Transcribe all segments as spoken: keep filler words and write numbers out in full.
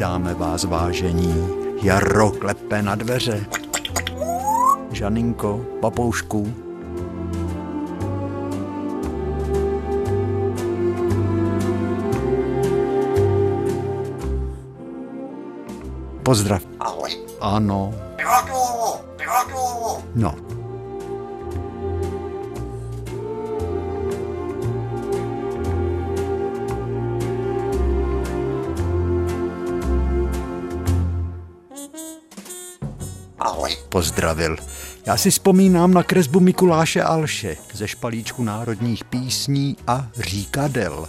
Vítáme vás, vážení. Jaro klepe na dveře. Žaninko, papoušku. Pozdrav. Ahoj. Ano. Pilatu, pilatu. No. Ahoj. Pozdravil. Já si vzpomínám na kresbu Mikuláše Alše ze špalíčku národních písní a říkadel.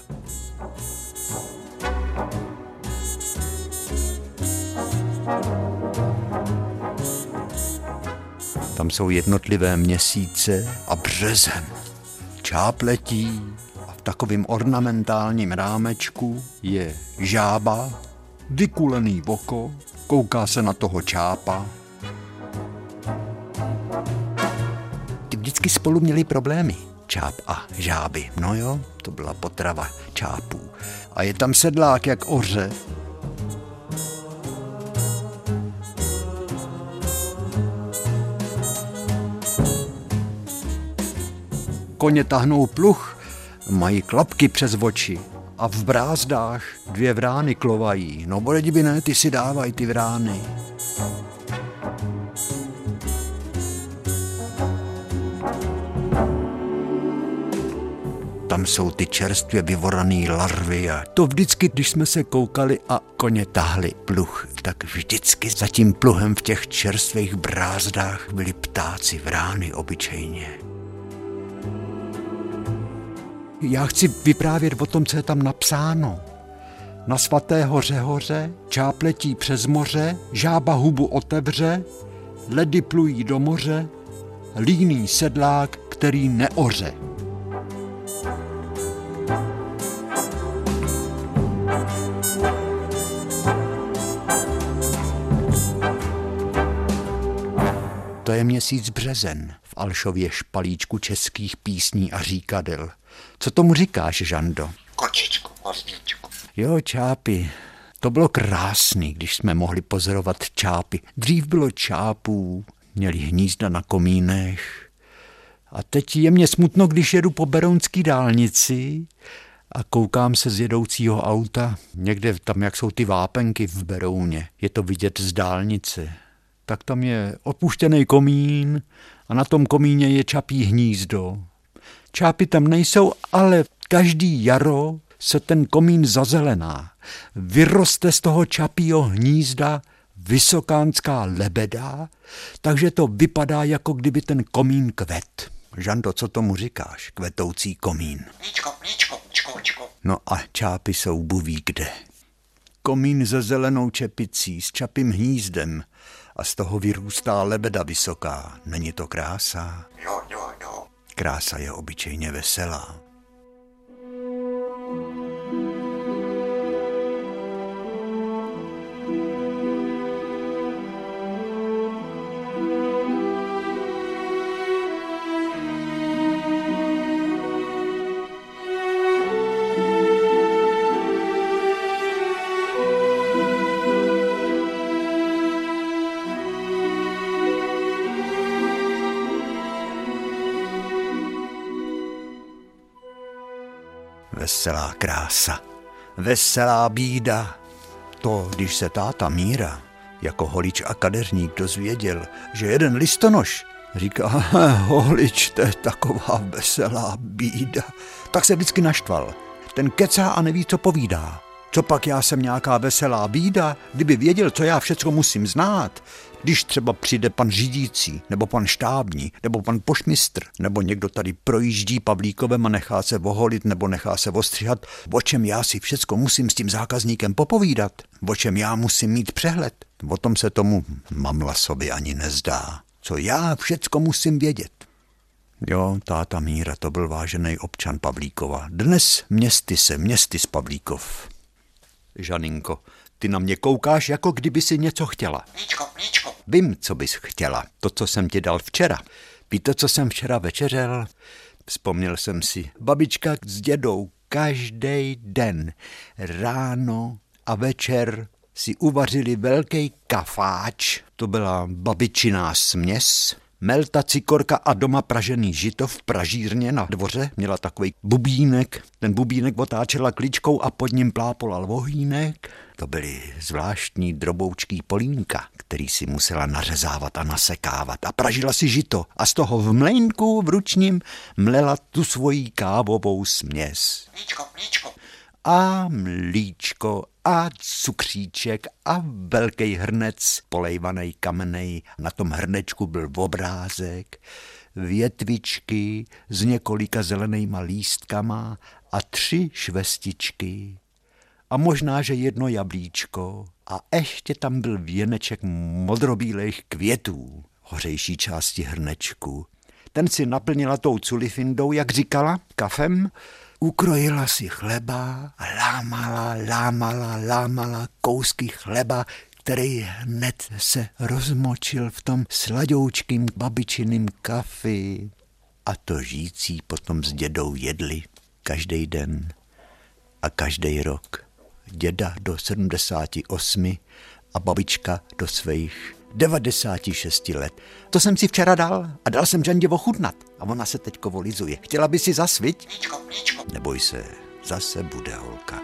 Tam jsou jednotlivé měsíce a březen. Čáp letí a v takovým ornamentálním rámečku je žába, vykulený oko, kouká se na toho čápa. Ty vždycky spolu měli problémy, čáp a žáby. No jo, to byla potrava čápů. A je tam sedlák jak oře. Koně tahnou pluh, mají klapky přes oči a v brázdách dvě vrány klovají. No boleť by ne, ty si dávaj ty vrány. Tam jsou ty čerstvě vyvoraný larvy a to vždycky, když jsme se koukali a koně tahli pluh, tak vždycky za tím pluhem v těch čerstvých brázdách byli ptáci, vrány obyčejně. Já chci vyprávět o tom, co je tam napsáno. Na svaté hoře hoře, čáp letí přes moře, žába hubu otevře, ledy plují do moře, líný sedlák, který neoře. To je měsíc březen v Alšově špalíčku českých písní a říkadel. Co tomu říkáš, Žando? Kočičku, kočičku. Jo, čápy. To bylo krásný, když jsme mohli pozorovat čápy. Dřív bylo čápů, měli hnízda na komínech. A teď je mě smutno, když jedu po berounské dálnici a koukám se z jedoucího auta. Někde tam, jak jsou ty vápenky v Berouně, je to vidět z dálnice. Tak tam je opuštěný komín a na tom komíně je čapí hnízdo. Čápy tam nejsou, ale každý jaro se ten komín zazelená. Vyroste z toho čapího hnízda vysokánská lebeda, takže to vypadá, jako kdyby ten komín kvet. Žando, co tomu říkáš, kvetoucí komín? Líčko, líčko, líčko, líčko. No a čápy jsou buví kde. Komín se zelenou čepicí, s čapím hnízdem a z toho vyrůstá lebeda vysoká. Není to krása? Jo, jo, jo. Krása je obyčejně veselá. Veselá krása, veselá bída. To, když se táta Míra jako holič a kadeřník dozvěděl, že jeden listonoš říká, holič, to je taková veselá bída, tak se vždycky naštval. Ten kecá a neví, co povídá. Co pak já jsem nějaká veselá bída, kdyby věděl, co já všecko musím znát. Když třeba přijde pan řídící, nebo pan štábní, nebo pan pošmistr, nebo někdo tady projíždí Pavlíkovem a nechá se oholit, nebo nechá se ostřihat, o čem já si všecko musím s tím zákazníkem popovídat, o čem já musím mít přehled. O tom se tomu mamlasovi ani nezdá. Co já všecko musím vědět. Jo, táta Míra, to byl vážený občan Pavlíkova. Dnes městy se, městy z Pavlíkov. Žaninko, ty na mě koukáš, jako kdyby si něco chtěla. Líčko, líčko. Vím, co bys chtěla. To, co jsem ti dal včera. Víte, co jsem včera večeřel? Vzpomněl jsem si. Babička s dědou každý den, ráno a večer si uvařili velký kafáč, to byla babičiná směs, melta, cikorka a doma pražený žito v pražírně na dvoře. Měla takový bubínek, ten bubínek otáčela kličkou a pod ním plápolal vohýnek. To byly zvláštní droboučký polínka, který si musela nařezávat a nasekávat. A pražila si žito a z toho v mlejnku v ručním mlela tu svoji kávovou směs. Mlíčko, mlíčko. A mlíčko a cukříček a velký hrnec polejvaný kamenej. Na tom hrnečku byl obrázek, větvičky s několika zelenýma lístkama a tři švestičky. A možná, že jedno jablíčko. A ještě tam byl věneček modrobílejch květů, hořejší části hrnečku. Ten si naplnila tou culifindou, jak říkala, kafem, ukrojila si chleba a lámala, lámala, lámala kousky chleba, který hned se rozmočil v tom sladoučkým babičiným kafi. A to žijící potom s dědou jedli každý den a každý rok. Děda do sedmdesáti osmi a babička do svých devadesáti šesti let. To jsem si včera dal a dal jsem Žandě ochutnat a ona se teďko volizuje. Chtěla by si zasviť? Mlíčko, mlíčko. Neboj se, zase bude holka.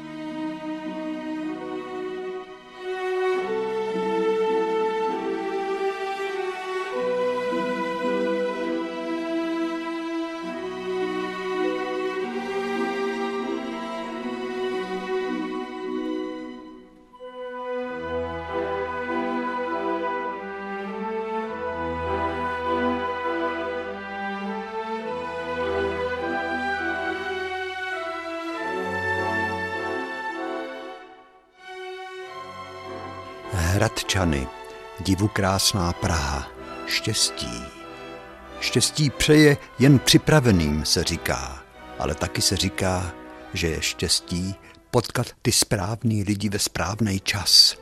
Hradčany, divu krásná Praha, štěstí. Štěstí přeje jen připraveným, se říká, ale taky se říká, že je štěstí potkat ty správný lidi ve správný čas.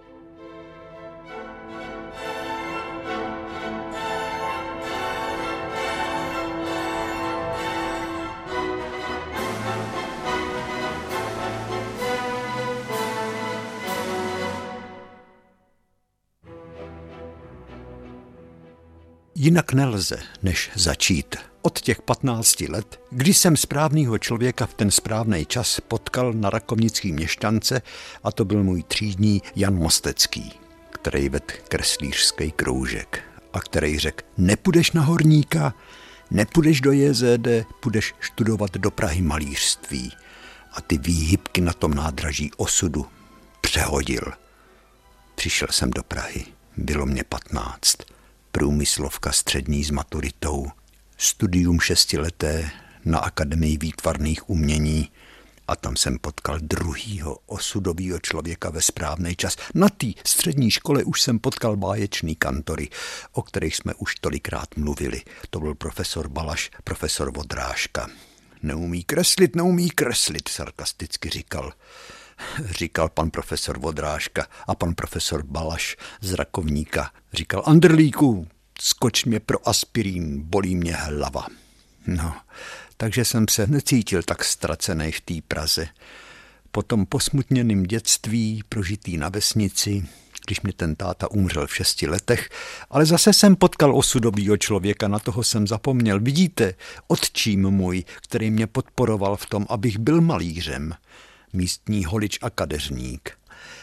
Jinak nelze, než začít. Od těch patnácti let, kdy jsem správnýho člověka v ten správný čas potkal na rakovnický měšťance, a to byl můj třídní Jan Mostecký, který vedl kreslířský kroužek a který řekl, nepůjdeš na horníka, nepůjdeš do J Z D, půjdeš studovat do Prahy malířství. A ty výhybky na tom nádraží osudu přehodil. Přišel jsem do Prahy, bylo mě patnáct. Průmyslovka střední s maturitou, studium šestileté na Akademii výtvarných umění a tam jsem potkal druhýho osudovýho člověka ve správný čas. Na té střední škole už jsem potkal báječný kantory, o kterých jsme už tolikrát mluvili. To byl profesor Balaš, profesor Vodrážka. Neumí kreslit, neumí kreslit, sarkasticky říkal. Říkal pan profesor Vodrážka a pan profesor Balaš z Rakovníka. Říkal, Andrlíku, skoč mě pro aspirín, bolí mě hlava. No, takže jsem se necítil tak ztracený v té Praze. Po tom posmutněném dětství, prožitý na vesnici, když mě ten táta umřel v šesti letech, ale zase jsem potkal osudovýho člověka, na toho jsem zapomněl. Vidíte, otčím můj, který mě podporoval v tom, abych byl malířem. Místní holič a kadeřník.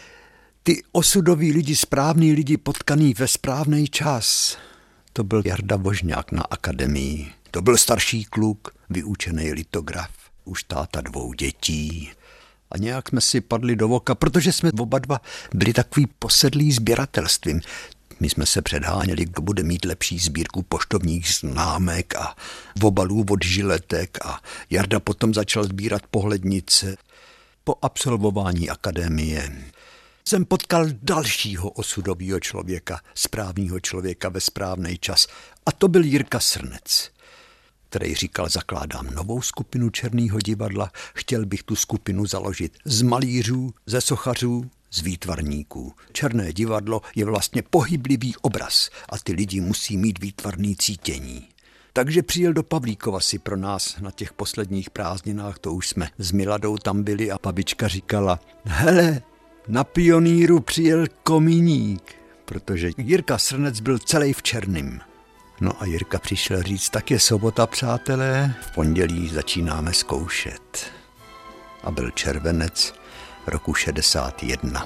Ty osudoví lidi, správný lidi potkaný ve správný čas. To byl Jarda Vožňák na akademii. To byl starší kluk, vyučený litograf, už táta dvou dětí. A nějak jsme si padli do voka, protože jsme oba dva byli takový posedlí sběratelstvím. My jsme se předháněli, kdo bude mít lepší sbírku poštovních známek a obalů od žiletek a Jarda potom začal sbírat pohlednice. Po absolvování akademie jsem potkal dalšího osudového člověka, správného člověka ve správný čas. A to byl Jirka Srnec, který říkal, zakládám novou skupinu Černého divadla, chtěl bych tu skupinu založit z malířů, ze sochařů, z výtvarníků. Černé divadlo je vlastně pohyblivý obraz a ty lidi musí mít výtvarný cítění. Takže přijel do Pavlíkova si pro nás na těch posledních prázdninách, to už jsme s Miladou tam byli a babička říkala, hele, Na Pionýru přijel komíník, protože Jirka Srnec byl celý v černým. No a Jirka přišel říct, tak je sobota, přátelé, v pondělí začínáme zkoušet. A byl červenec roku šedesát jedna.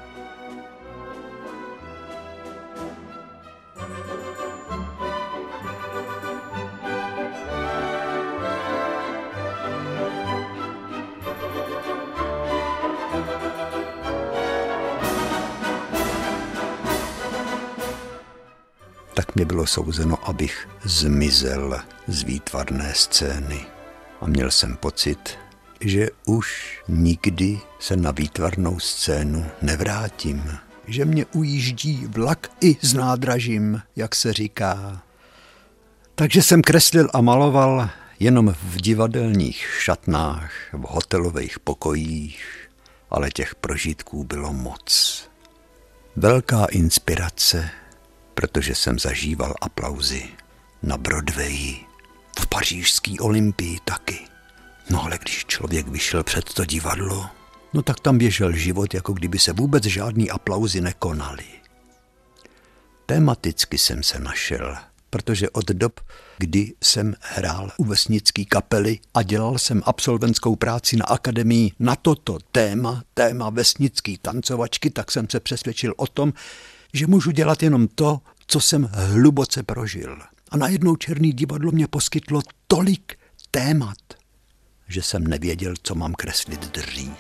Tak mi bylo souzeno, abych zmizel z výtvarné scény. A měl jsem pocit, že už nikdy se na výtvarnou scénu nevrátím. Že mě ujíždí vlak i s nádražím, jak se říká. Takže jsem kreslil a maloval jenom v divadelních šatnách, v hotelových pokojích, ale těch prožitků bylo moc. Velká inspirace, protože jsem zažíval aplauzy na Broadwayi, v pařížské Olympii taky. No ale když člověk vyšel před to divadlo, no tak tam běžel život, jako kdyby se vůbec žádný aplauzy nekonaly. Tematicky jsem se našel, protože od dob, kdy jsem hrál u vesnické kapely a dělal jsem absolventskou práci na akademii na toto téma, téma vesnické tancovačky, tak jsem se přesvědčil o tom, že můžu dělat jenom to, co jsem hluboce prožil. A najednou Černý divadlo mě poskytlo tolik témat, že jsem nevěděl, co mám kreslit dřív.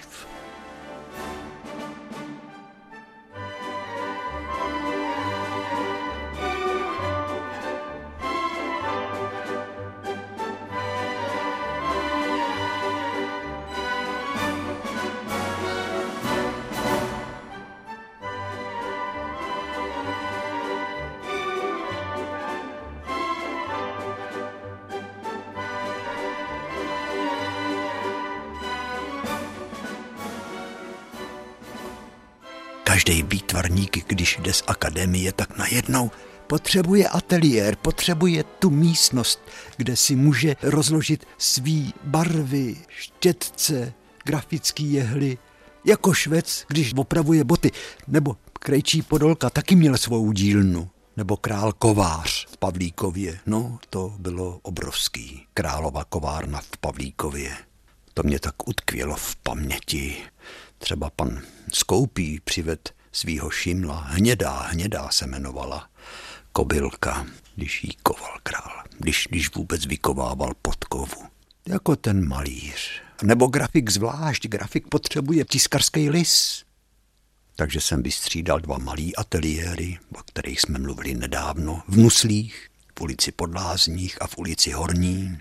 Každý výtvarník, když jde z akademie, tak najednou potřebuje ateliér, potřebuje tu místnost, kde si může rozložit svý barvy, štětce, grafický jehly. Jako švec, když opravuje boty, nebo Krejčí Podolka taky měl svou dílnu. Nebo král Kovář v Pavlíkově. No, to bylo obrovský. Králova kovárna v Pavlíkově. To mě tak utkvělo v paměti. Třeba pan Skoupí přived svýho šimla, hnědá, hnědá se jmenovala, kobylka, když jí koval král, když, když vůbec vykovával podkovu. Jako ten malíř. Nebo grafik zvlášť, grafik potřebuje tiskarský lis. Takže jsem vystřídal dva malý ateliéry, o kterých jsme mluvili nedávno, v Nuslích, v ulici Podlázních a v ulici Horní.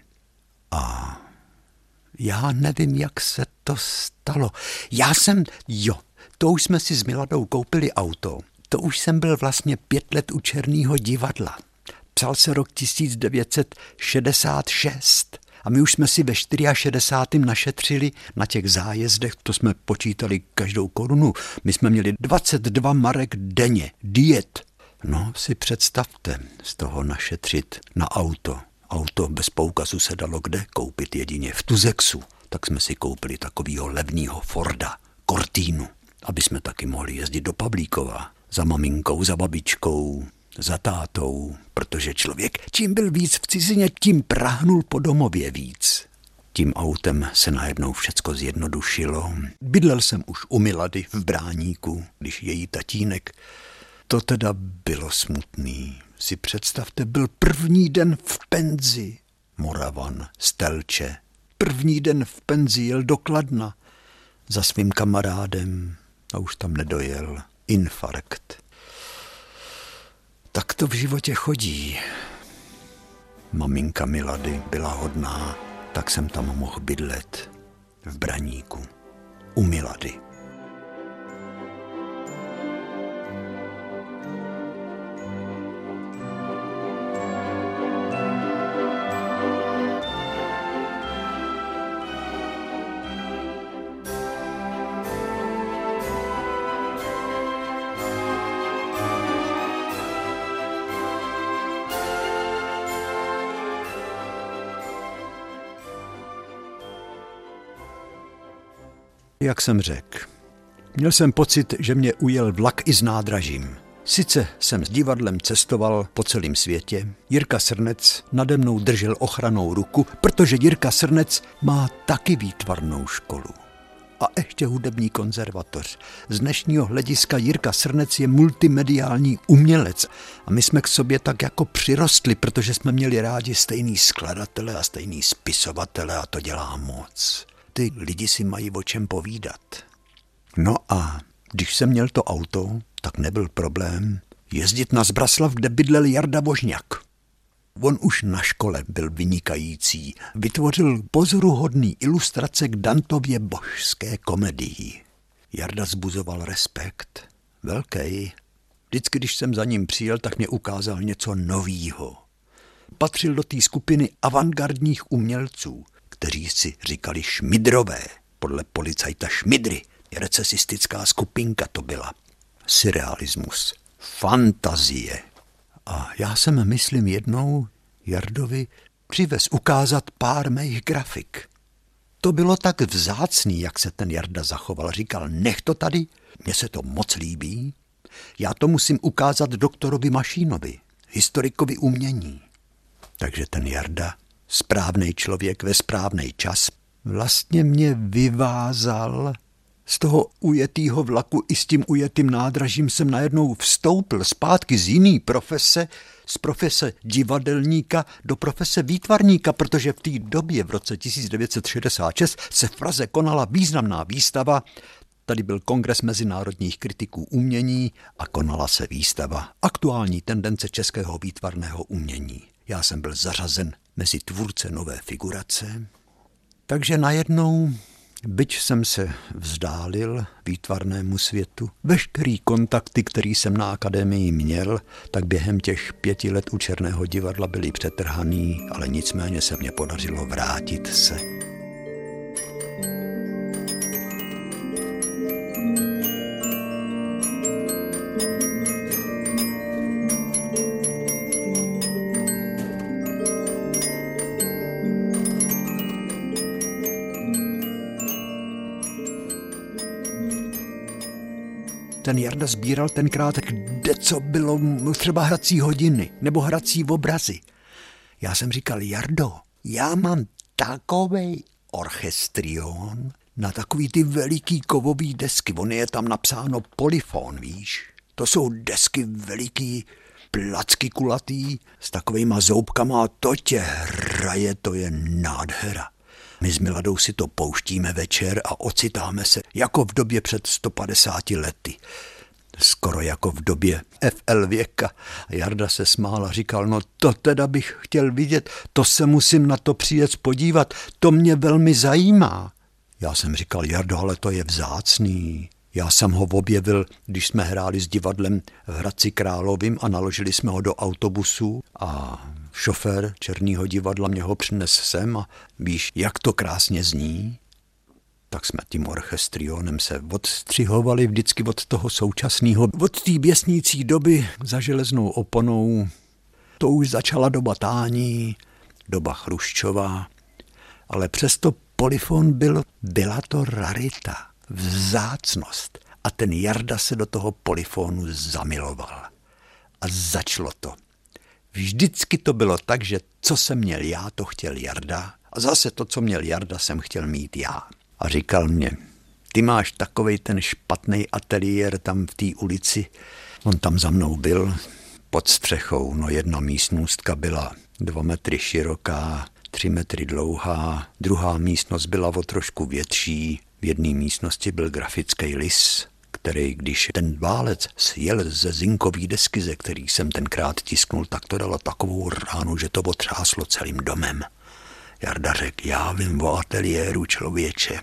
A já nevím, jak se to stalo. Já jsem, jo, to už jsme si s Miladou koupili auto. To už jsem byl vlastně pět let u Černýho divadla. Psal se rok tisíc devět set šedesát šest a my už jsme si ve šedesátém čtvrtém našetřili na těch zájezdech, to jsme počítali každou korunu. My jsme měli dvacet dva marek denně, diet. No si představte, z toho našetřit na auto. Auto bez poukazu se dalo kde koupit jedině v Tuzexu. Tak jsme si koupili takovýho levnýho Forda, Cortinu, aby jsme taky mohli jezdit do Pavlíkova. Za maminkou, za babičkou, za tátou, protože člověk čím byl víc v cizině, tím prahnul po domově víc. Tím autem se najednou všecko zjednodušilo. Bydlel jsem už u Milady v Bráníku, když její tatínek. To teda bylo smutný. Si představte, byl první den v penzi. Moravan, Stelče. První den v penzi jel do Kladna za svým kamarádem a už tam nedojel. Infarkt. Tak to v životě chodí. Maminka Milady byla hodná, tak jsem tam mohl bydlet v Braníku u Milady. Jak jsem řekl, Měl jsem pocit, že mě ujel vlak i s nádražím. Sice jsem s divadlem cestoval po celém světě, Jirka Srnec nade mnou držel ochranou ruku, protože Jirka Srnec má taky výtvarnou školu. A ještě hudební konzervatoř. Z dnešního hlediska Jirka Srnec je multimediální umělec a my jsme k sobě tak jako přirostli, protože jsme měli rádi stejný skladatele a stejný spisovatele a to dělá moc. Ty lidi si mají o čem povídat. No a když jsem měl to auto, tak nebyl problém jezdit na Zbraslav, kde bydlel Jarda Vožňák. On už na škole byl vynikající, vytvořil pozoruhodný ilustrace k Dantově božské komedii. Jarda zbuzoval respekt, velký. Vždycky, když jsem za ním přijel, tak mě ukázal něco novýho. Patřil do té skupiny avantgardních umělců, kteří si říkali Šmidrové, podle policajta Šmidry. Recesistická skupinka to byla. Surrealismus, fantazie. A já jsem, myslím, jednou Jardovi přivez ukázat pár mých grafik. To bylo tak vzácný, jak se ten Jarda zachoval. Říkal, nech to tady, mně se to moc líbí. Já to musím ukázat doktorovi Mašínovi, historikovi umění. Takže ten Jarda, správnej člověk ve správnej čas, vlastně mě vyvázal. Z toho ujetýho vlaku i s tím ujetým nádražím jsem najednou vstoupil zpátky z jiný profese, z profese divadelníka do profese výtvarníka, protože v té době v roce tisíc devět set šedesát šest se v Praze konala významná výstava. Tady byl kongres mezinárodních kritiků umění a konala se výstava Aktuální tendence českého výtvarného umění. Já jsem byl zařazen mezi tvůrce nové figurace, takže najednou, byť jsem se vzdálil výtvarnému světu, veškerý kontakty, který jsem na akademii měl, tak během těch pěti let u Černého divadla byly přetrhaný, ale nicméně se mně podařilo vrátit se. Ten Jarda sbíral tenkrát, kde co bylo, třeba hrací hodiny nebo hrací obrazy. Já jsem říkal, Jardo, já mám takovej orchestrion na takový ty veliký kovový desky. On je tam napsáno Polyfon, víš. To jsou desky veliký, placky kulatý, s takovejma zoubkama a to tě hraje, to je nádhera. My s Miladou si to pouštíme večer a ocitáme se jako v době před sto padesáti lety. Skoro jako v době F L věka. A Jarda se smál a říkal, no to teda bych chtěl vidět, to se musím na to přijet podívat, to mě velmi zajímá. Já jsem říkal, Jardo, ale to je vzácný. Já jsem ho objevil, když jsme hráli s divadlem v Hradci Královým a naložili jsme ho do autobusu a šofér Černého divadla mě ho přines sem a víš, jak to krásně zní? Tak jsme tím orchestrionem se odstřihovali vždycky od toho současného, od té běsnící doby za železnou oponou. To už začala doba Tání, doba Chruščova, ale přesto Polyfon byl, byla to rarita, vzácnost. A ten Jarda se do toho Polyfonu zamiloval. A začalo to. Vždycky to bylo tak, že co jsem měl já, to chtěl Jarda a zase to, co měl Jarda, jsem chtěl mít já. A říkal mě, ty máš takovej ten špatný ateliér tam v té ulici. On tam za mnou byl pod střechou, no jedna místnostka byla dva metry široká, tři metry dlouhá, druhá místnost byla o trošku větší, v jedné místnosti byl grafický lis, který, když ten válec sjel ze zinkový desky, ze kterých jsem tenkrát tisknul, tak to dalo takovou ránu, že to otřáslo celým domem. Jarda řekl, já vím o ateliéru, člověče.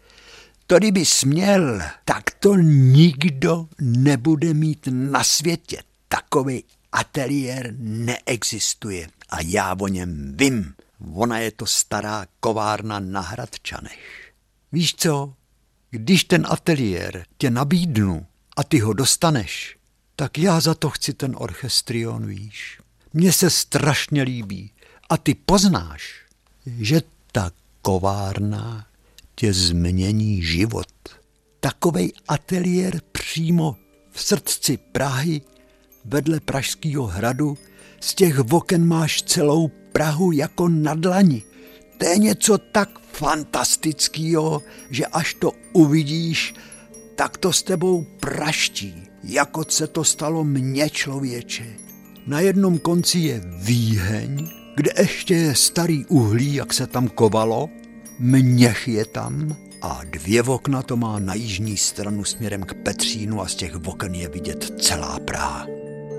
To kdyby směl, tak to nikdo nebude mít na světě. Takový ateliér neexistuje a já o něm vím. Ona je to stará kovárna na Hradčanech. Víš co? Když ten ateliér tě nabídnu a ty ho dostaneš, tak já za to chci ten orchestrion, víš. Mně se strašně líbí a ty poznáš, že ta kovárna tě změní život. Takovej ateliér přímo v srdci Prahy, vedle Pražského hradu, z těch oken máš celou Prahu jako na dlani. To je něco tak fantastického, že až to uvidíš, tak to s tebou praští, jako se to stalo mně, člověče. Na jednom konci je Výheň, kde ještě je starý uhlí, jak se tam kovalo, měch je tam a dvě okna to má na jižní stranu směrem k Petřínu a z těch oken je vidět celá Praha.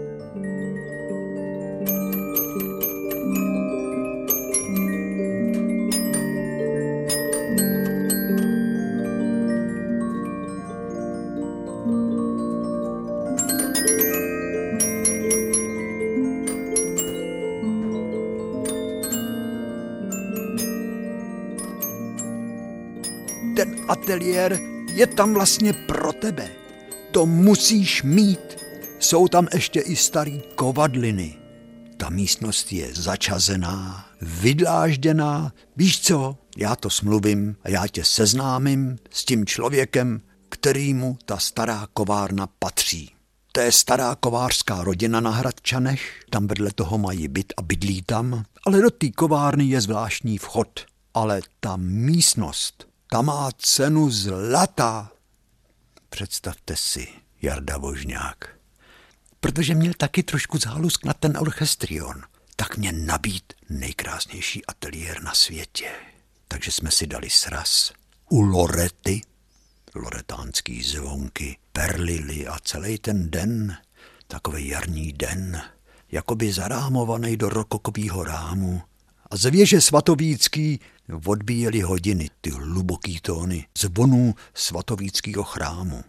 Ten ateliér je tam vlastně pro tebe. To musíš mít. Jsou tam ještě i starý kovadliny. Ta místnost je začazená, vydlážděná. Víš co, já to smluvím a já tě seznámím s tím člověkem, kterýmu ta stará kovárna patří. To je stará kovářská rodina na Hradčanech, tam vedle toho mají byt a bydlí tam, ale do té kovárny je zvláštní vchod. Ale ta místnost, ta má cenu zlata. Představte si, Jarda Vožňák. Protože měl taky trošku zálusk na ten orchestrion, tak mě nabíd nejkrásnější ateliér na světě. Takže jsme si dali sraz u Lorety, loretánský zvonky, perlily a celý ten den, takovej jarní den, jakoby zarámovaný do rokokovýho rámu. A z věže svatovícký odbíjely hodiny, ty hluboký tóny zvonů svatovíckého chrámu.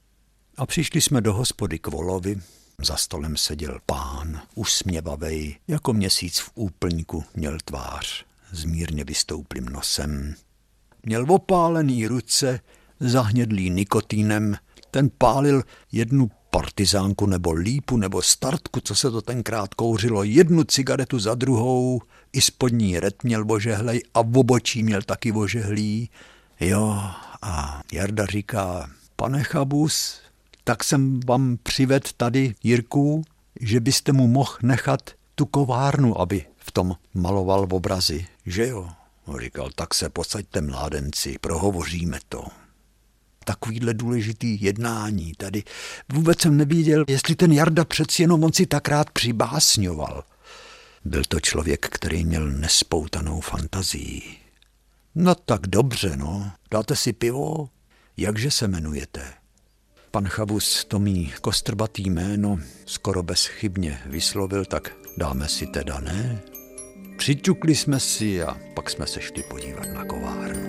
A přišli jsme do hospody k Volovi. Za stolem seděl pán, usměvavej, jako měsíc v úplňku měl tvář, s mírně vystouplým nosem. Měl opálený ruce, zahnědlý nikotínem, ten pálil jednu partizánku nebo lípu nebo startku, co se to tenkrát kouřilo, jednu cigaretu za druhou, i spodní red měl ožehlej a v obočí měl taky ožehlý. Jo, a Jarda říká, pane Chabus, tak jsem vám přived tady Jirku, že byste mu mohl nechat tu kovárnu, aby v tom maloval obrazy, že jo? On říkal, tak se posaďte mládenci, prohovoříme to. Takovýhle důležitý jednání tady. Vůbec jsem nevěděl, jestli ten Jarda přeci jenom on si tak rád přibásňoval. Byl to člověk, který měl nespoutanou fantazii. No tak dobře, no. Dáte si pivo? Jakže se jmenujete? Pan Chabus to mý kostrbatý jméno skoro bezchybně vyslovil, tak dáme si teda, ne? Přiťukli jsme si a pak jsme se šli podívat na kovárnu.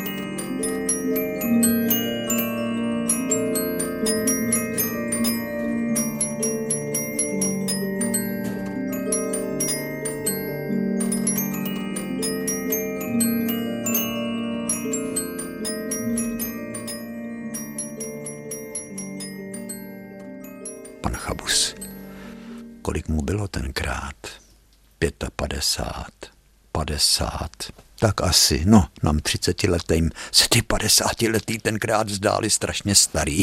Pan Chabus. Kolik mu bylo tenkrát? Pětapadesát, padesát, tak asi, no, nám třicetiletým se ty padesátiletý tenkrát zdáli strašně starý.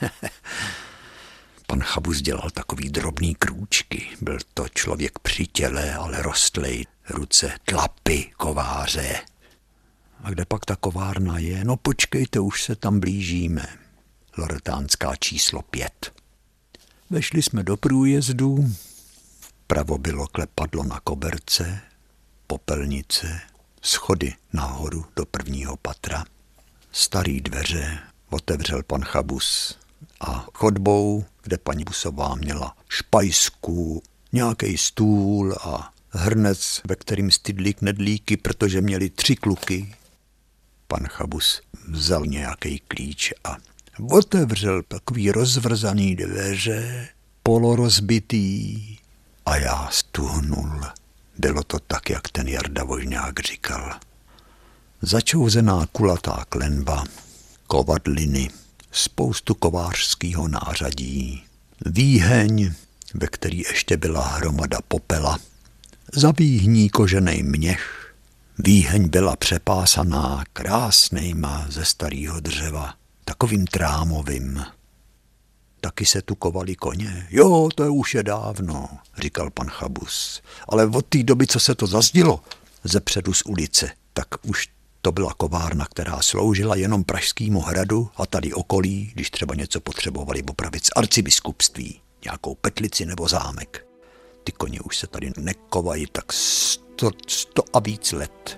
Pan Chabus dělal takový drobný krůčky, byl to člověk při těle, ale rostlej, ruce, tlapy, kováře. A kde pak ta kovárna je? No počkejte, už se tam blížíme. Loretánská číslo pět. Vešli jsme do průjezdu, vpravo bylo klepadlo na koberce, popelnice, schody nahoru do prvního patra. Starý dveře otevřel pan Chabus a chodbou, kde paní Busová měla špajsku, nějaký stůl a hrnec, ve kterým stydlí knedlíky, protože měli tři kluky. Pan Chabus vzal nějaký klíč a otevřel takový rozvrzaný dveře, polorozbitý, a já stuhnul. Bylo to tak, jak ten Jarda Vožňák říkal. Začouzená kulatá klenba, kovadliny, spoustu kovářského nářadí, výheň, ve který ještě byla hromada popela, za výhní koženej měch. Výheň byla přepásaná krásnejma ze starého dřeva takovým trámovým. Taky se tu kovali koně. Jo, to je už je dávno, říkal pan Chabus. Ale od té doby, co se to zazdilo zepředu z ulice, tak už to byla kovárna, která sloužila jenom Pražskému hradu a tady okolí, když třeba něco potřebovali opravit z arcibiskupství, nějakou petlici nebo zámek. Ty koně už se tady nekovají tak sto, sto a víc let.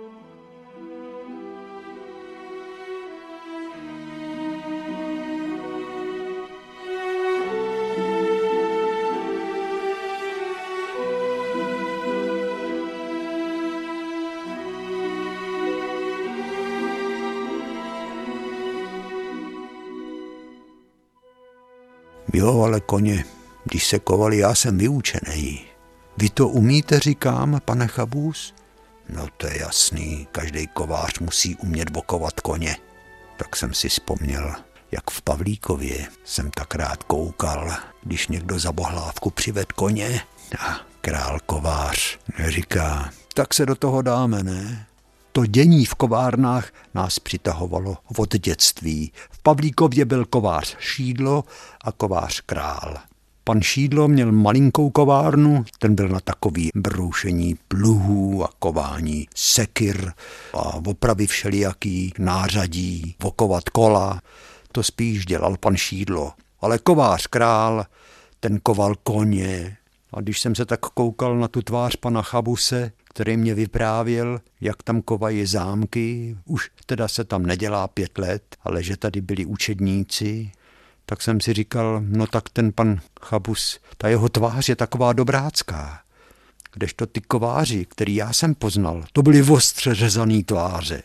Jo, ale koně, když se kovali, já jsem vyučenej. Vy to umíte, říkám, pane Chabus? No to je jasný, každý kovář musí umět bokovat koně. Tak jsem si vzpomněl, jak v Pavlíkově jsem tak rád koukal, když někdo za bohlávku přived koně a král kovář říká, tak se do toho dáme, ne? To dění v kovárnách nás přitahovalo od dětství. V Pavlíkově byl kovář Šídlo a kovář Král. Pan Šídlo měl malinkou kovárnu, ten byl na takový broušení pluhů a kování sekyr a opravy všelijaký, nářadí, okovat kola. To spíš dělal pan Šídlo. Ale kovář Král, ten koval koně. A když jsem se tak koukal na tu tvář pana Chabuse, který mě vyprávěl, jak tam kovají zámky, už teda se tam nedělá pět let, ale že tady byli učedníci, tak jsem si říkal, no tak ten pan Chabus, ta jeho tvář je taková dobrácká. Kdežto ty kováři, který já jsem poznal, to byly ostře řezaný tváře.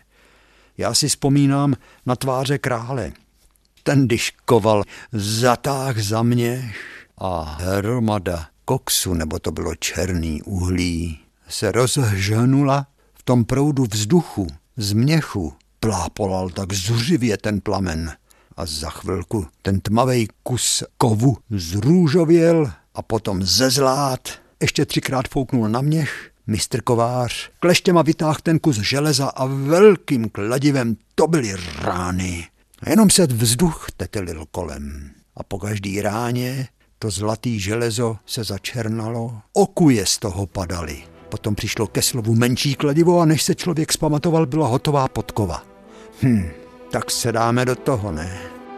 Já si vzpomínám na tváře krále. Ten, když koval, zatáh za mě a hromada koksu, nebo to bylo černý uhlí, se rozžhnula v tom proudu vzduchu, z měchu. Plápolal tak zuřivě ten plamen a za chvilku ten tmavej kus kovu zrůžověl a potom zezlát. Ještě třikrát fouknul na měch, mistr kovář kleštěma vytáhl ten kus železa a velkým kladivem to byly rány. A jenom se vzduch tetelil kolem a po každý ráně to zlatý železo se začernalo, okuje z toho padaly. Potom přišlo ke slovu menší kladivo a než se člověk zpamatoval, byla hotová podkova. Hm, tak se dáme do toho, ne?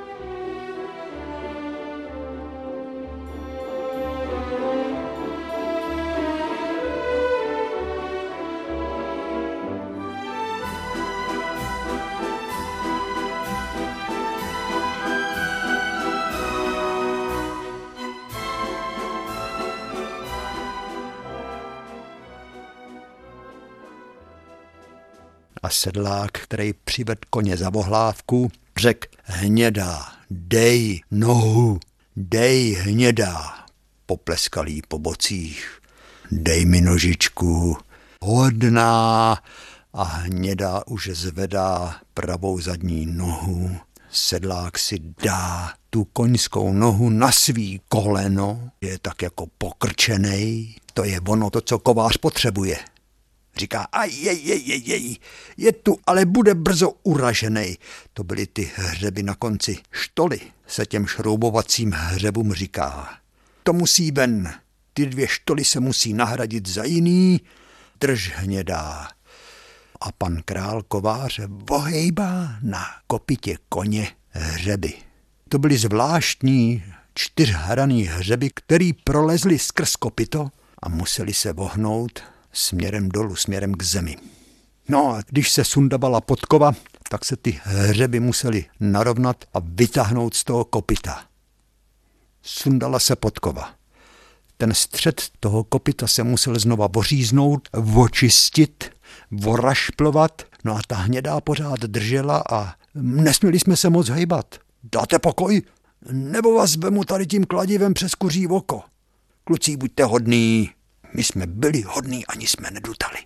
A sedlák, který přived koně za vohlávku, řekl, hnědá, dej nohu, dej hnědá. Popleskal jí po bocích, dej mi nožičku, hodná. A hnědá už zvedá pravou zadní nohu. Sedlák si dá tu koňskou nohu na svý koleno, je tak jako pokrčenej, to je ono to, co kovář potřebuje. Říká, a jej, jej, jej, jej, je tu, ale bude brzo uraženej. To byly ty hřeby na konci. Štoly se těm šroubovacím hřebům říká. To musí ven, ty dvě štoly se musí nahradit za jiný, drž hnědá. A pan král kovář vohejbá na kopytě koně hřeby. To byly zvláštní čtyřhraný hřeby, který prolezli skrz kopyto a museli se vohnout směrem dolů, směrem k zemi. No a když se sundavala podkova, tak se ty hřeby museli narovnat a vytáhnout z toho kopyta. Sundala se podkova. Ten střed toho kopyta se musel znova oříznout, očistit, vorašplovat, no a ta hnědá pořád držela a nesměli jsme se moc hejbat. Dáte pokoj? Nebo vás vemu tady tím kladivem přes kuří oko. Kluci, buďte hodný. My jsme byli hodní, ani jsme nedutali.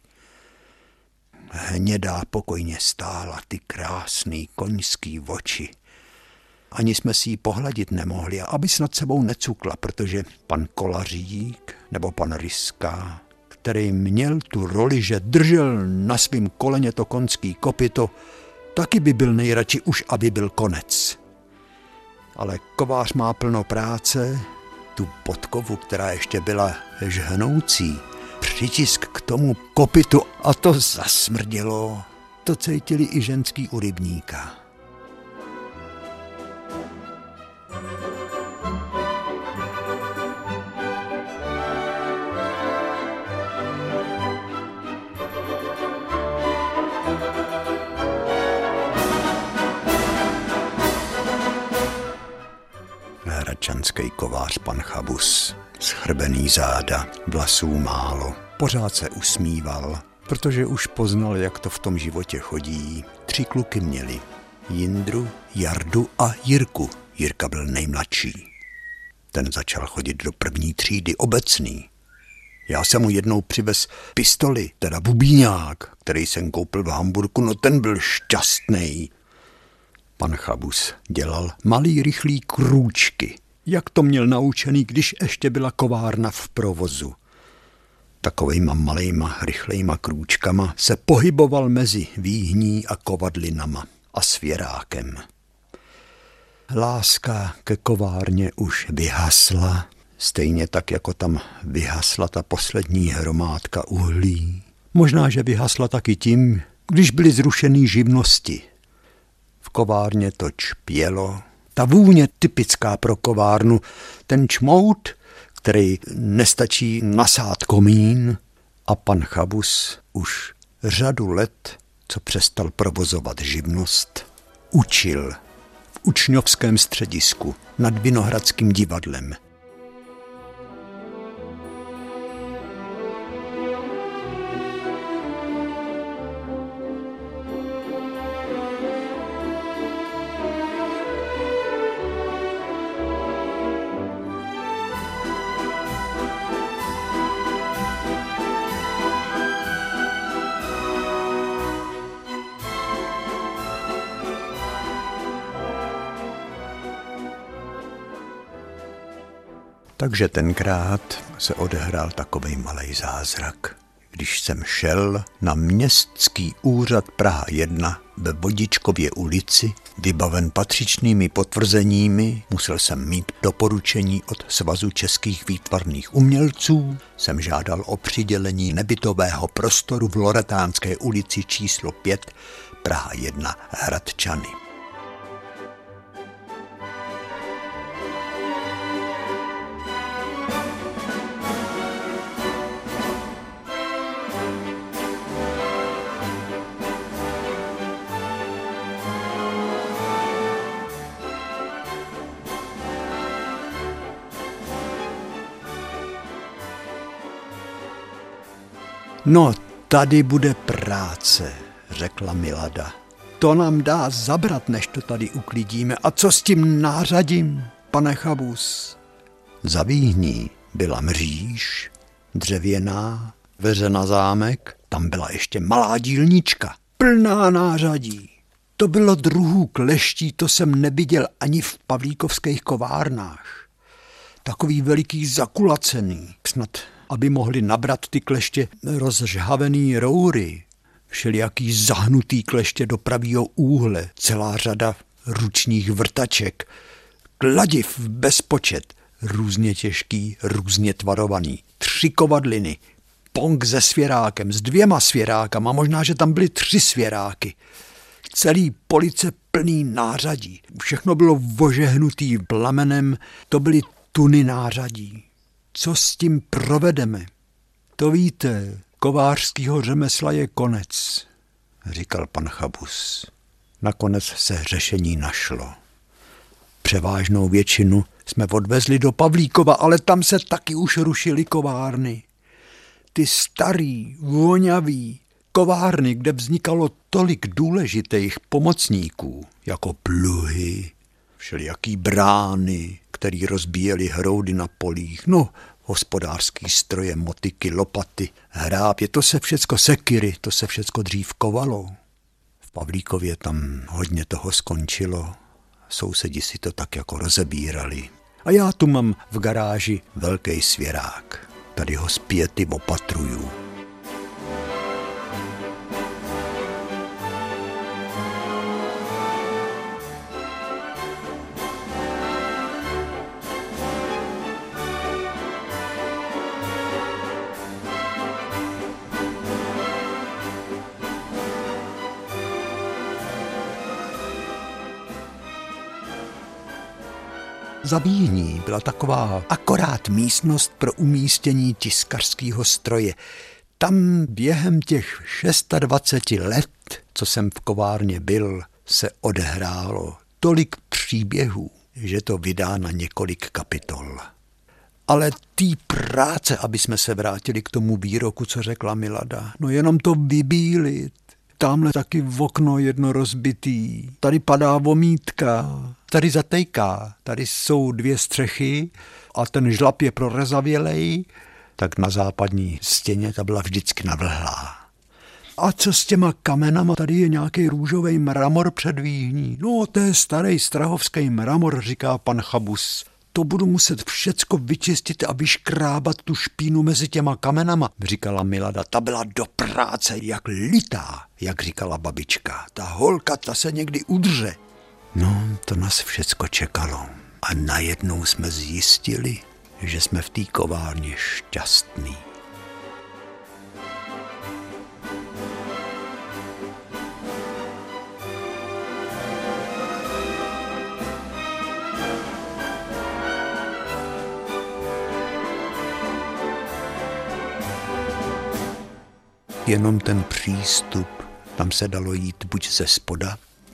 Hnědá pokojně stála, ty krásný koňský oči. Ani jsme si ji pohladit nemohli, aby snad sebou necukla, protože pan Kolařík nebo pan Ryska, který měl tu roli, že držel na svým koleně to konský kopyto, Taky by byl nejradši už, aby byl konec. Ale kovář má plno práce, tu podkovu, která ještě byla žhnoucí, přitisk k tomu kopitu a to zasmrdělo. To cítili i ženský u rybníka. Hradčanský kovář pan Chabus, schrbený záda, vlasů málo, pořád se usmíval, protože už poznal, jak to v tom životě chodí. Tři kluky měli, Jindru, Jardu a Jirku. Jirka byl nejmladší. Ten začal chodit do první třídy obecný. Já jsem mu jednou přivez pistoli, teda bubíňák, který jsem koupil v Hamburku, no ten byl šťastný. Pan Chabus dělal malý rychlý krůčky, jak to měl naučený, když ještě byla kovárna v provozu. Takovejma malejma rychlejma krůčkama se pohyboval mezi výhní a kovadlinama a svěrákem. Láska ke kovárně už vyhasla, stejně tak, jako tam vyhasla ta poslední hromádka uhlí. Možná, že vyhasla taky tím, když byly zrušený živnosti. V kovárně to čpělo. Ta vůně typická pro kovárnu, ten čmout, který nestačí nasát komín, a pan Chabus už řadu let, co přestal provozovat živnost, učil v učňovském středisku nad Vinohradským divadlem. Takže tenkrát se odehrál takovej malej zázrak. Když jsem šel na městský úřad Praha jedna ve Vodičkově ulici, vybaven patřičnými potvrzeními, musel jsem mít doporučení od Svazu českých výtvarných umělců, jsem žádal o přidělení nebytového prostoru v Loretánské ulici číslo pět, Praha jedna, Hradčany. No, tady bude práce, řekla Milada. To nám dá zabrat, než to tady uklidíme. A co s tím nářadím, pane Chabus? Za výhní byla mříž, dřevěná, veře na zámek, tam byla ještě malá dílnička, plná nářadí. To bylo druhů kleští, to jsem neviděl ani v pavlíkovských kovárnách. Takový veliký zakulacený, snad aby mohli nabrat ty kleště rozžhavený roury, všelijaký zahnutý kleště do pravýho úhle, celá řada ručních vrtaček, kladiv bezpočet, různě těžký, různě tvarovaný, tři kovadliny, pong se svěrákem, s dvěma svěrákama, možná, že tam byly tři svěráky. Celý police plný nářadí, všechno bylo ožehnutý plamenem, to byly tuny nářadí. Co s tím provedeme? To víte, kovářského řemesla je konec, říkal pan Chabus. Nakonec se řešení našlo. Převážnou většinu jsme odvezli do Pavlíkova, ale tam se taky už rušily kovárny. Ty starý, vonavý kovárny, kde vznikalo tolik důležitých pomocníků, jako pluhy, všelijaký brány, který rozbíjeli hroudy na polích, no, hospodářský stroje, motyky, lopaty, hrábě, to se všecko, sekyry, to se všecko dřív kovalo. V Pavlíkově tam hodně toho skončilo, sousedi si to tak jako rozebírali. A já tu mám v garáži velký svěrák, tady ho z piety opatruju. Zabíjení byla taková akorát místnost pro umístění tiskařského stroje. Tam během těch dvacet šest let, co jsem v kovárně byl, se odehrálo tolik příběhů, že to vydá na několik kapitol. Ale tý práce, aby jsme se vrátili k tomu výroku, co řekla Milada, no jenom to vybílit. Tamhle taky v okno jedno rozbitý, tady padá vomítka, tady zatejká, tady jsou dvě střechy a ten žlab je prorezavělej, tak na západní stěně ta byla vždycky navlhlá. A co s těma kamenama? Tady je nějaký růžový mramor před výhní. No, to je starý strahovský mramor, říká pan Chabus. To budu muset všecko vyčistit a vyškrábat tu špínu mezi těma kamenama, říkala Milada. Ta byla do práce jak litá, jak říkala babička. Ta holka, ta se někdy udře. No, to nás všecko čekalo. A najednou jsme zjistili, že jsme v té kovárně šťastní. Jenom ten přístup, tam se dalo jít buď ze spoda,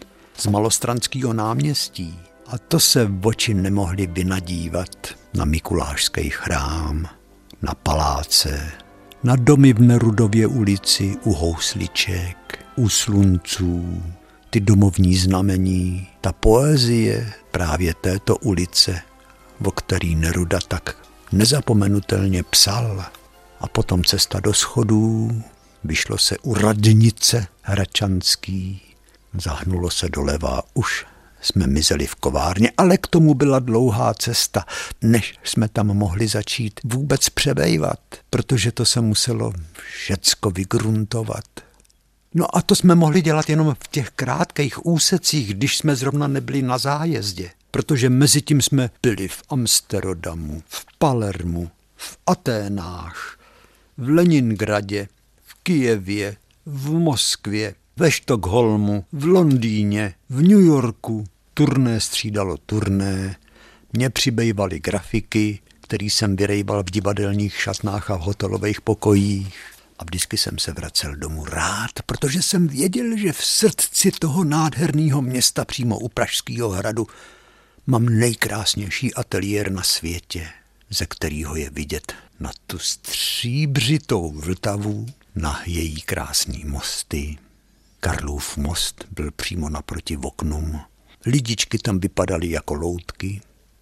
z Malostranského náměstí, a to se v oči nemohli vynadívat na Mikulášský chrám, na paláce, na domy v Nerudově ulici, u housliček, u slunců, ty domovní znamení, ta poezie právě této ulice, o který Neruda tak nezapomenutelně psal. A potom cesta do schodů, vyšlo se u radnice Hračanský, zahnulo se doleva, už jsme mizeli v kovárně, ale k tomu byla dlouhá cesta, než jsme tam mohli začít vůbec přebejvat, protože to se muselo všecko vygruntovat. No a to jsme mohli dělat jenom v těch krátkých úsecích, když jsme zrovna nebyli na zájezdě, protože mezi tím jsme byli v Amsterodamu, v Palermu, v Aténách, v Leningradě, v Kyjevě, v Moskvě, ve Štokholmu, v Londýně, v New Yorku. Turné střídalo turné, mě přibývaly grafiky, který jsem vyrejbal v divadelních šatnách a v hotelových pokojích. A vždycky jsem se vracel domů rád, protože jsem věděl, že v srdci toho nádherného města přímo u Pražského hradu mám nejkrásnější ateliér na světě, ze kterého je vidět na tu stříbřitou Vltavu, na její krásný mosty. Karlův most byl přímo naproti oknům. Lidičky tam vypadaly jako loutky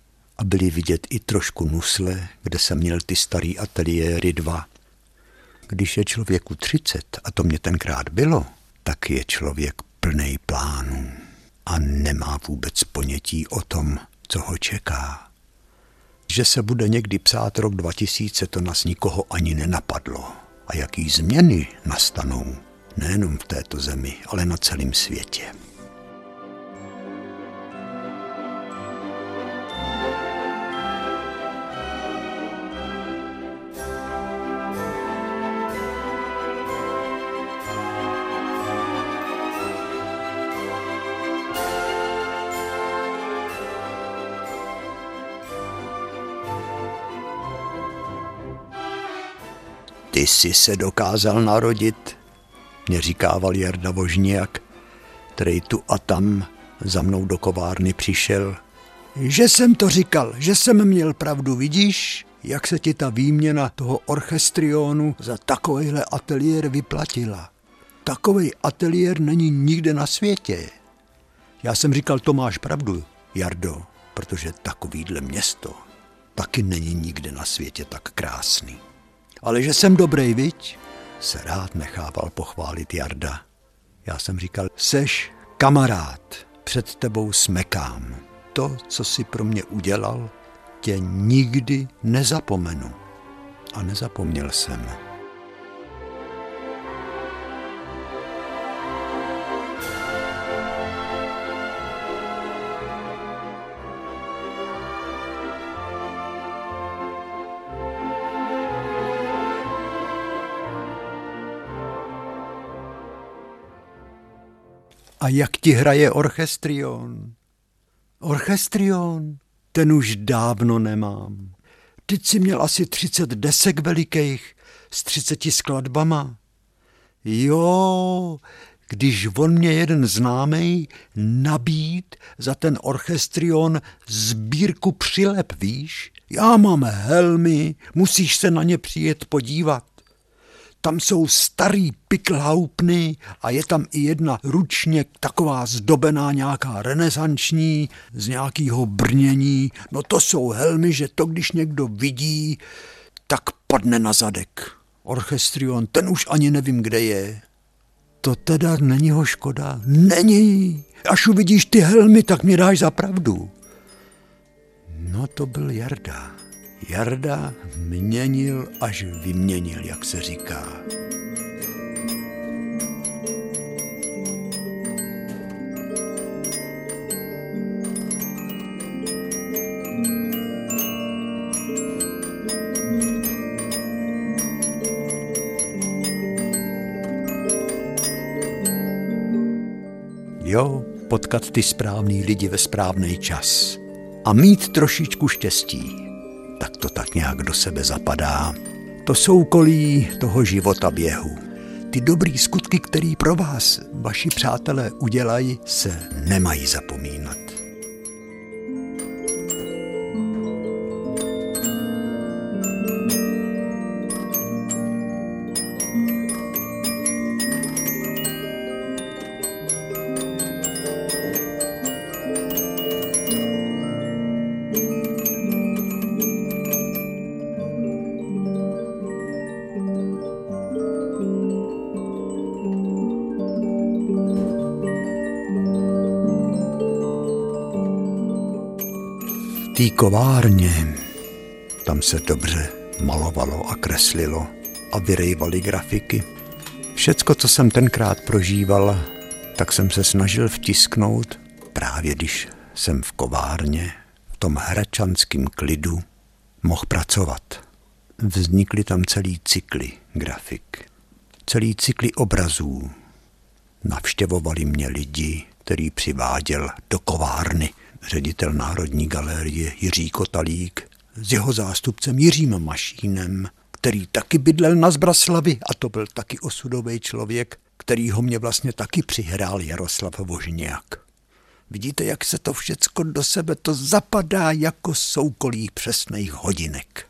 a byly vidět i trošku nusle, kde jsem měl ty starý ateliéry dva. Když je člověku třicet, a to mě tenkrát bylo, tak je člověk plnej plánů a nemá vůbec ponětí o tom, co ho čeká. Že se bude někdy psát rok dva tisíce, to nás nikoho ani nenapadlo. A jaký změny nastanou, nejenom v této zemi, ale na celém světě. Ty jsi se dokázal narodit, mě říkával Jarda Vožňák, který tu a tam za mnou do kovárny přišel. Že jsem to říkal, že jsem měl pravdu, vidíš, jak se ti ta výměna toho orchestrionu za takovejhle ateliér vyplatila. Takovej ateliér není nikde na světě. Já jsem říkal, to máš pravdu, Jardo, protože takovýhle město taky není nikde na světě tak krásný. Ale že jsem dobrý, viď? Se rád nechával pochválit Jarda. Já jsem říkal, seš kamarád, před tebou smekám. To, co jsi pro mě udělal, tě nikdy nezapomenu. A nezapomněl jsem. A jak ti hraje orchestrion? Orchestrion? ten už dávno nemám. Teď si měl asi třicet desek velikých s třiceti skladbama. Jo, když on mě jeden známej nabíd za ten orchestrion sbírku přilep, víš? Já mám helmy, musíš se na ně přijet podívat. Tam jsou starý piklhaupny a je tam i jedna ručně taková zdobená nějaká renesanční z nějakého brnění. No to jsou helmy, že to když někdo vidí, tak padne na zadek. Orchestrion, ten už ani nevím, kde je. To teda není ho škoda. Není. Až uvidíš ty helmy, tak mě dáš za pravdu. No to byl Jarda. Jarda měnil až vyměnil, jak se říká. Jo, potkat ty správný lidi ve správný čas a mít trošičku štěstí. Tak to tak nějak do sebe zapadá. To soukolí toho života běhu. Ty dobrý skutky, který pro vás vaši přátelé udělají, se nemají zapomínat. V té kovárně, tam se dobře malovalo a kreslilo a vyrejvaly grafiky. Všecko, co jsem tenkrát prožíval, tak jsem se snažil vtisknout, právě když jsem v kovárně, v tom hračanském klidu, mohl pracovat. Vznikly tam celý cykly grafik, celý cykly obrazů. Navštěvovali mě lidi, který přiváděl do kovárny ředitel Národní galerie Jiří Kotalík s jeho zástupcem Jiřím Mašínem, který taky bydlel na Zbraslavi a to byl taky osudový člověk, který ho mě vlastně taky přihrál Jaroslav Vožňák. Vidíte, jak se to všecko do sebe to zapadá jako soukolí přesných hodinek.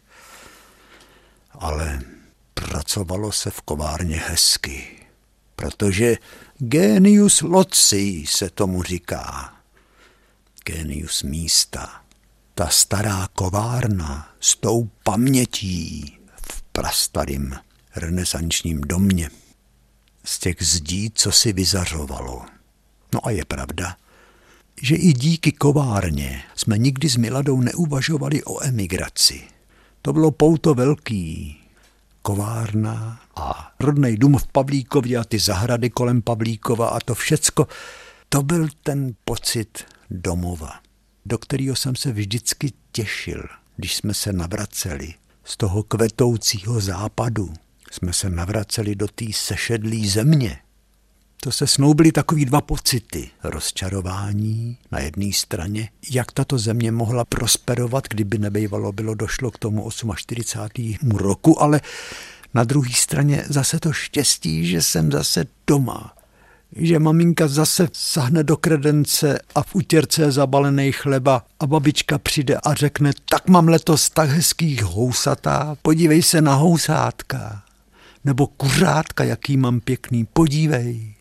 Ale pracovalo se v kovárně hezky, protože genius loci se tomu říká. Genius místa. Ta stará kovárna s tou pamětí v prastarým renesančním domě. Z těch zdí, co si vyzařovalo. No a je pravda, že i díky kovárně jsme nikdy s Miladou neuvažovali o emigraci. To bylo pouto velký. Kovárna a rodnej dům v Pavlíkově a ty zahrady kolem Pavlíkova a to všecko, to byl ten pocit domova, do kterého jsem se vždycky těšil, když jsme se navraceli z toho kvetoucího západu. Jsme se navraceli do té sešedlý země. To se snoubily takový dva pocity. Rozčarování na jedné straně, jak tato země mohla prosperovat, kdyby nebejvalo bylo došlo k tomu čtyřicátému osmému roku, ale na druhé straně zase to štěstí, že jsem zase doma. Že maminka zase sahne do kredence a v utěrce je zabalený chleba a babička přijde a řekne, tak mám letos tak hezký housatá, podívej se na housátka. Nebo kuřátka, jaký mám pěkný, podívej.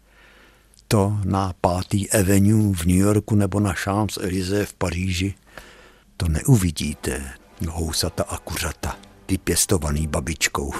To na pátý Avenue v New Yorku nebo na Champs-Élysées v Paříži, to neuvidíte, housata a kuřata, ty pěstovaný babičkou.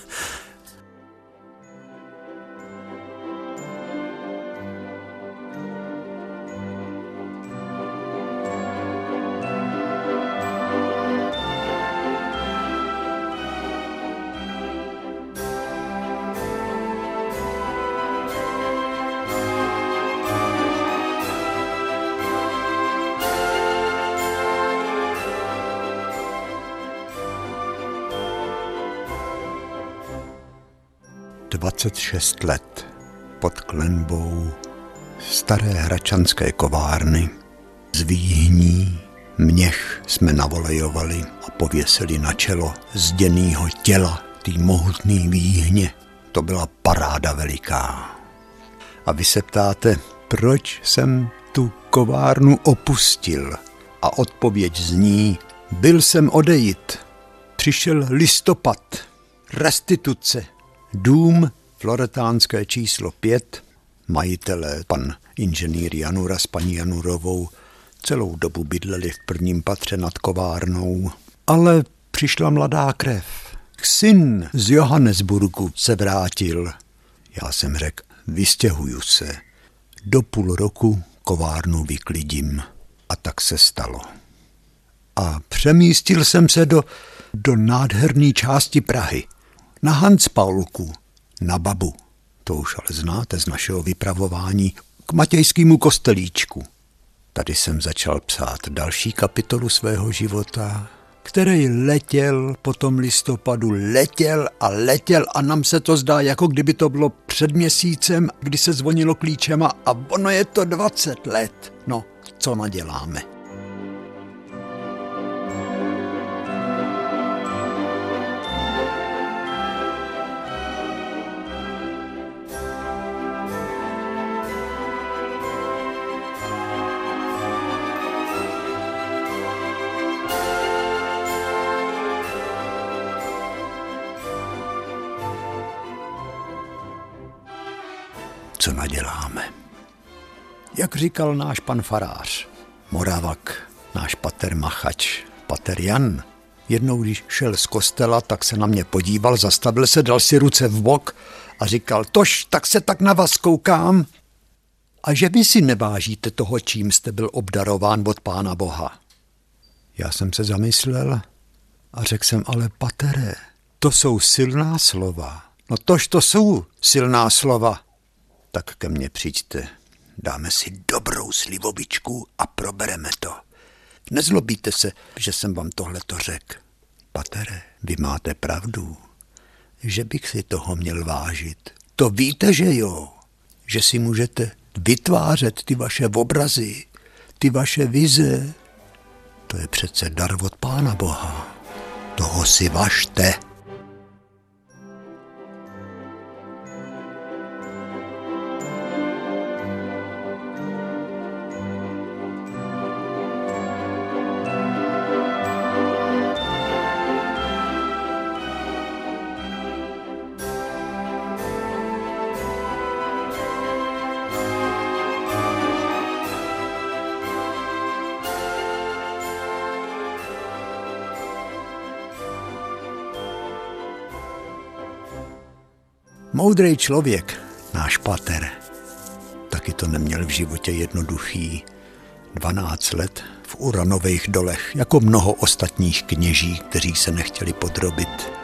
dvacet šest let pod klenbou staré hračanské kovárny z Víhní Měch jsme navolejovali a pověsili na čelo zděnýho těla tý mohutný výhně. To byla paráda veliká. A vy se ptáte, proč jsem tu kovárnu opustil? A odpověď zní, byl jsem odejít. Přišel listopad, restituce, dům, floretánské číslo pět, majitelé, pan inženýr Janura s paní Janurovou, celou dobu bydleli v prvním patře nad kovárnou, ale přišla mladá krev. Syn z Johannesburgu se vrátil. Já jsem řekl, vystěhuju se. Do půl roku kovárnu vyklidím. A tak se stalo. A přemístil jsem se do, do nádherné části Prahy. Na Hanspaulku, na Babu. To už ale znáte z našeho vypravování k Matějskému kostelíčku. Tady jsem začal psát další kapitolu svého života, který letěl po tom listopadu, letěl a letěl a nám se to zdá, jako kdyby to bylo před měsícem, kdy se zvonilo klíčema a ono je to dvacet let. No, co naděláme? Co naděláme? Jak říkal náš pan farář, Moravak, náš pater Machač, pater Jan, jednou, když šel z kostela, tak se na mě podíval, zastavil se, dal si ruce v bok a říkal, tož, tak se tak na vás koukám. A že vy si nevážíte toho, čím jste byl obdarován od Pána Boha. Já jsem se zamyslel a řekl jsem, ale patere, to jsou silná slova. No tož to jsou silná slova. Tak ke mně přijďte, dáme si dobrou slivovičku a probereme to. Nezlobíte se, že jsem vám tohleto řekl. Patere, vy máte pravdu, že bych si toho měl vážit. To víte, že jo, že si můžete vytvářet ty vaše obrazy, ty vaše vize. To je přece dar od Pána Boha. Toho si važte. Moudrý člověk, náš pater, taky to neměl v životě jednoduchý. Dvanáct let v uranových dolech, jako mnoho ostatních kněží, kteří se nechtěli podrobit.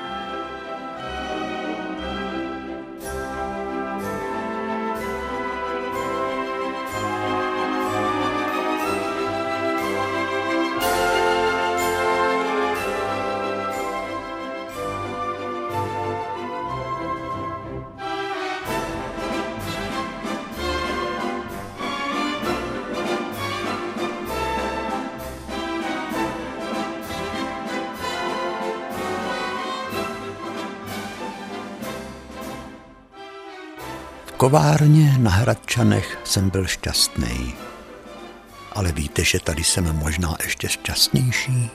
V kovárně na Hradčanech jsem byl šťastný. Ale víte, že tady jsem možná ještě šťastnější?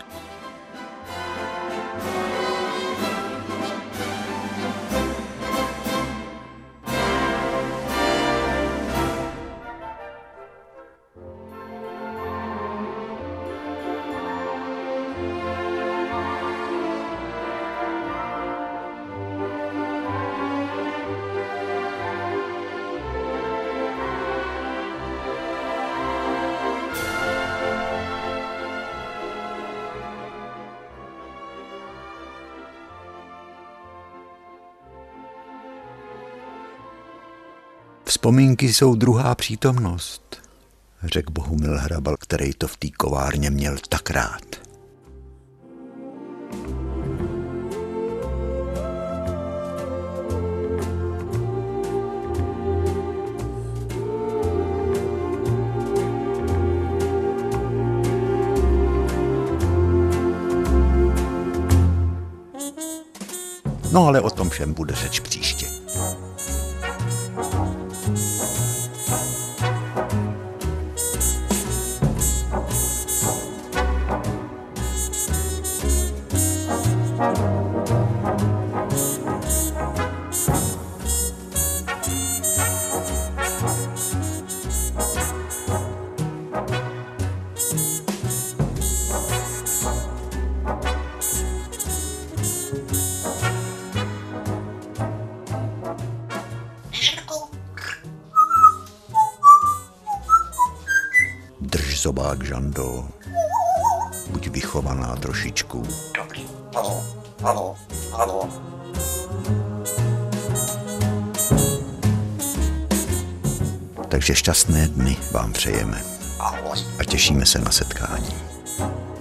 Vzpomínky jsou druhá přítomnost, řekl Bohumil Hrabal, který to v té kovárně měl tak rád. No ale o tom všem bude řeč příště. Drž zobák, Žando. Buď vychovaná trošičku. Dobrý. Halo, halo, halo. Takže šťastné dny vám přejeme Ahoj. a těšíme se na setkání.